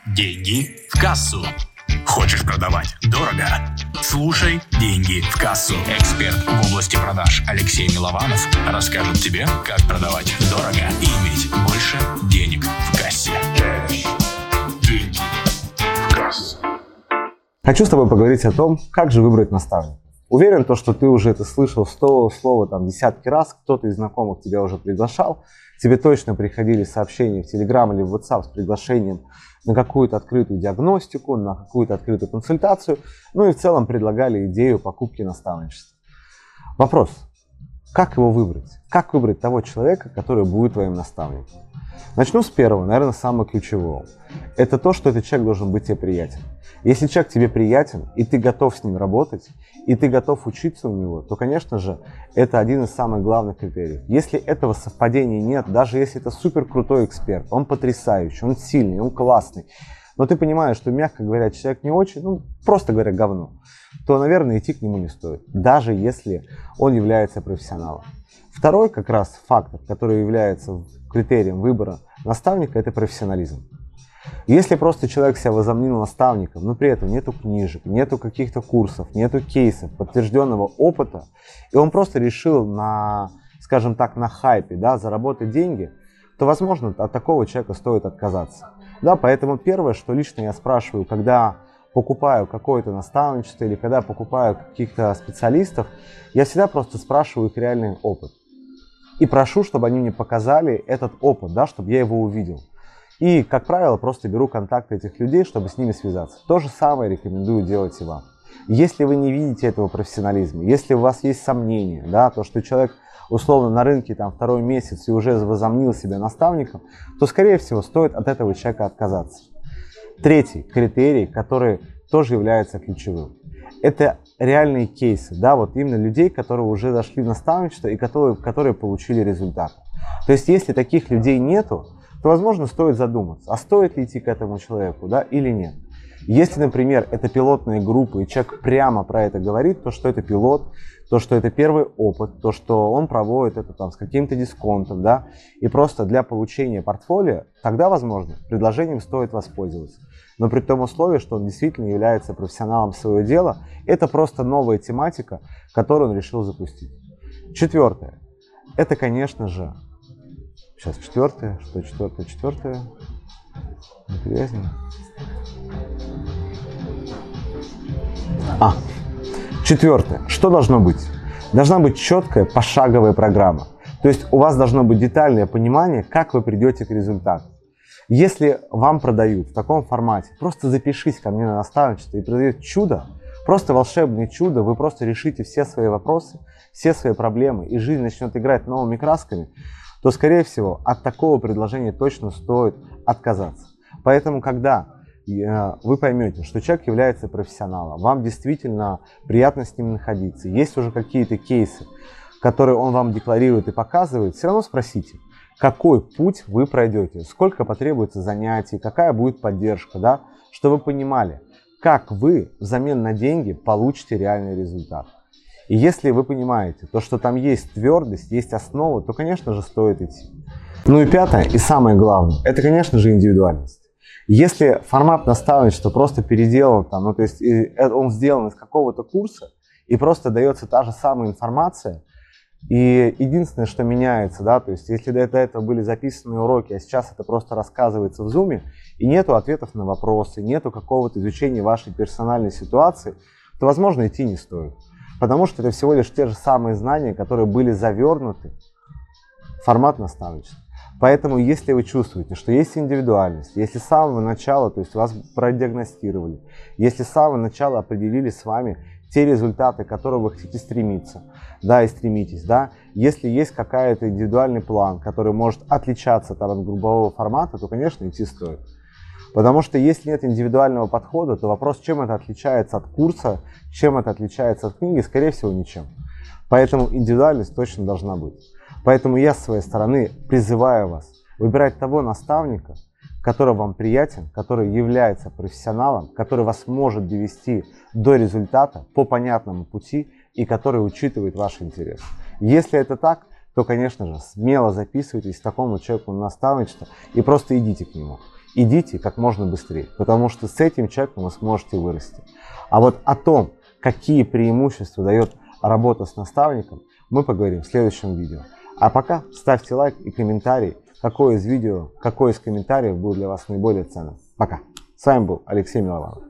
Деньги в кассу. Хочешь продавать дорого? Слушай «Деньги в кассу». Эксперт в области продаж Алексей Милованов расскажет тебе, как продавать дорого и иметь больше денег в кассе. Деньги в кассу. Хочу с тобой поговорить о том, как же выбрать наставника. Уверен, что ты уже это слышал 100 слов десятки раз, кто-то из знакомых тебя уже приглашал, тебе точно приходили сообщения в Telegram или в WhatsApp с приглашением на какую-то открытую диагностику, на какую-то открытую консультацию, и в целом предлагали идею покупки наставничества. Вопрос, как его выбрать? Как выбрать того человека, который будет твоим наставником? Начну с первого, наверное, самого ключевого. Это то, что этот человек должен быть тебе приятен. Если человек тебе приятен, и ты готов с ним работать, и ты готов учиться у него, то, конечно же, это один из самых главных критериев. Если этого совпадения нет, даже если это супер крутой эксперт, он потрясающий, он сильный, он классный, но ты понимаешь, что, мягко говоря, человек не очень, просто говоря, говно, то, наверное, идти к нему не стоит, даже если он является профессионалом. Второй как раз фактор, который является критерием выбора наставника, это профессионализм. Если просто человек себя возомнил наставником, но при этом нету книжек, нету каких-то курсов, нету кейсов, подтвержденного опыта, и он просто решил скажем так, на хайпе, заработать деньги, то, возможно, от такого человека стоит отказаться. Поэтому первое, что лично я спрашиваю, когда покупаю какое-то наставничество или когда покупаю каких-то специалистов, я всегда просто спрашиваю их реальный опыт. И прошу, чтобы они мне показали этот опыт, чтобы я его увидел. И, как правило, просто беру контакты этих людей, чтобы с ними связаться. То же самое рекомендую делать и вам. Если вы не видите этого профессионализма, если у вас есть сомнения, то, что человек условно на рынке второй месяц и уже возомнил себя наставником, то, скорее всего, стоит от этого человека отказаться. Третий критерий, который тоже является ключевым, это реальные кейсы, именно людей, которые уже дошли в наставничество и которые получили результат. То есть, если таких людей нету, то, возможно, стоит задуматься, а стоит ли идти к этому человеку, или нет. Если, например, это пилотные группы, и человек прямо про это говорит, то, что это пилот, то, что это первый опыт, то, что он проводит это с каким-то дисконтом, и просто для получения портфолио, тогда, возможно, предложением стоит воспользоваться. Но при том условии, что он действительно является профессионалом своего дела, это просто новая тематика, которую он решил запустить. Четвертое. Это, конечно же, четвертое. Четвертое. Что должно быть? Должна быть четкая пошаговая программа. То есть у вас должно быть детальное понимание, как вы придете к результату. Если вам продают в таком формате, просто запишись ко мне на наставничество и продают чудо, просто волшебное чудо, вы просто решите все свои вопросы, все свои проблемы, и жизнь начнет играть новыми красками, то, скорее всего, от такого предложения точно стоит отказаться. Поэтому, когда вы поймете, что человек является профессионалом, вам действительно приятно с ним находиться, есть уже какие-то кейсы, которые он вам декларирует и показывает, все равно спросите, какой путь вы пройдете, сколько потребуется занятий, какая будет поддержка, чтобы вы понимали, как вы взамен на деньги получите реальный результат. И если вы понимаете, что там есть твердость, есть основа, то, конечно же, стоит идти. И пятое, и самое главное, это, конечно же, индивидуальность. Если формат наставничества просто переделан, то есть он сделан из какого-то курса, и просто дается та же самая информация, и единственное, что меняется, то есть если до этого были записаны уроки, а сейчас это просто рассказывается в Zoom, и нету ответов на вопросы, нету какого-то изучения вашей персональной ситуации, то, возможно, идти не стоит. Потому что это всего лишь те же самые знания, которые были завернуты в формат наставничества. Поэтому, если вы чувствуете, что есть индивидуальность, если с самого начала, то есть вас продиагностировали, если с самого начала определили с вами те результаты, к которым вы хотите стремиться, и стремитесь, если есть какой-то индивидуальный план, который может отличаться от группового формата, то, конечно, идти стоит. Потому что если нет индивидуального подхода, то вопрос, чем это отличается от курса, чем это отличается от книги, скорее всего, ничем. Поэтому индивидуальность точно должна быть. Поэтому я с своей стороны призываю вас выбирать того наставника, который вам приятен, который является профессионалом, который вас может довести до результата по понятному пути и который учитывает ваш интерес. Если это так, то, конечно же, смело записывайтесь к такому человеку на наставничество и просто идите к нему. идите как можно быстрее, потому что с этим человеком вы сможете вырасти. А вот о том, какие преимущества дает работа с наставником, мы поговорим в следующем видео. А пока ставьте лайк и комментарий, какой из комментариев был для вас наиболее ценным. Пока. С вами был Алексей Милованов.